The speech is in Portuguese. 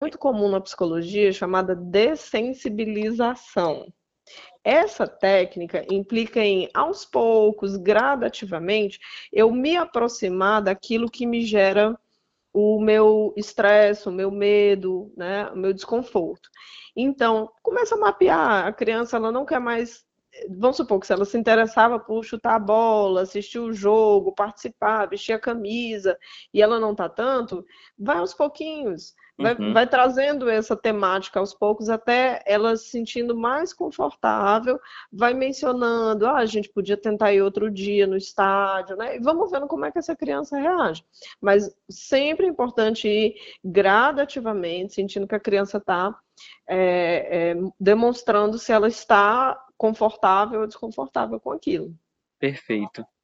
muito comum na psicologia chamada dessensibilização. Essa técnica implica em, aos poucos, gradativamente, eu me aproximar daquilo que me gera o meu estresse, o meu medo, né, o meu desconforto. Então, começa a mapear. A criança, ela não quer mais. Vamos supor que se ela se interessava por chutar a bola, assistir o jogo, participar, vestir a camisa, e ela não está tanto, vai aos pouquinhos. Uhum. Vai trazendo essa temática aos poucos até ela se sentindo mais confortável, vai mencionando, a gente podia tentar ir outro dia no estádio, né? E vamos vendo como é que essa criança reage. Mas sempre é importante ir gradativamente, sentindo que a criança está demonstrando se ela está confortável ou desconfortável com aquilo. Perfeito.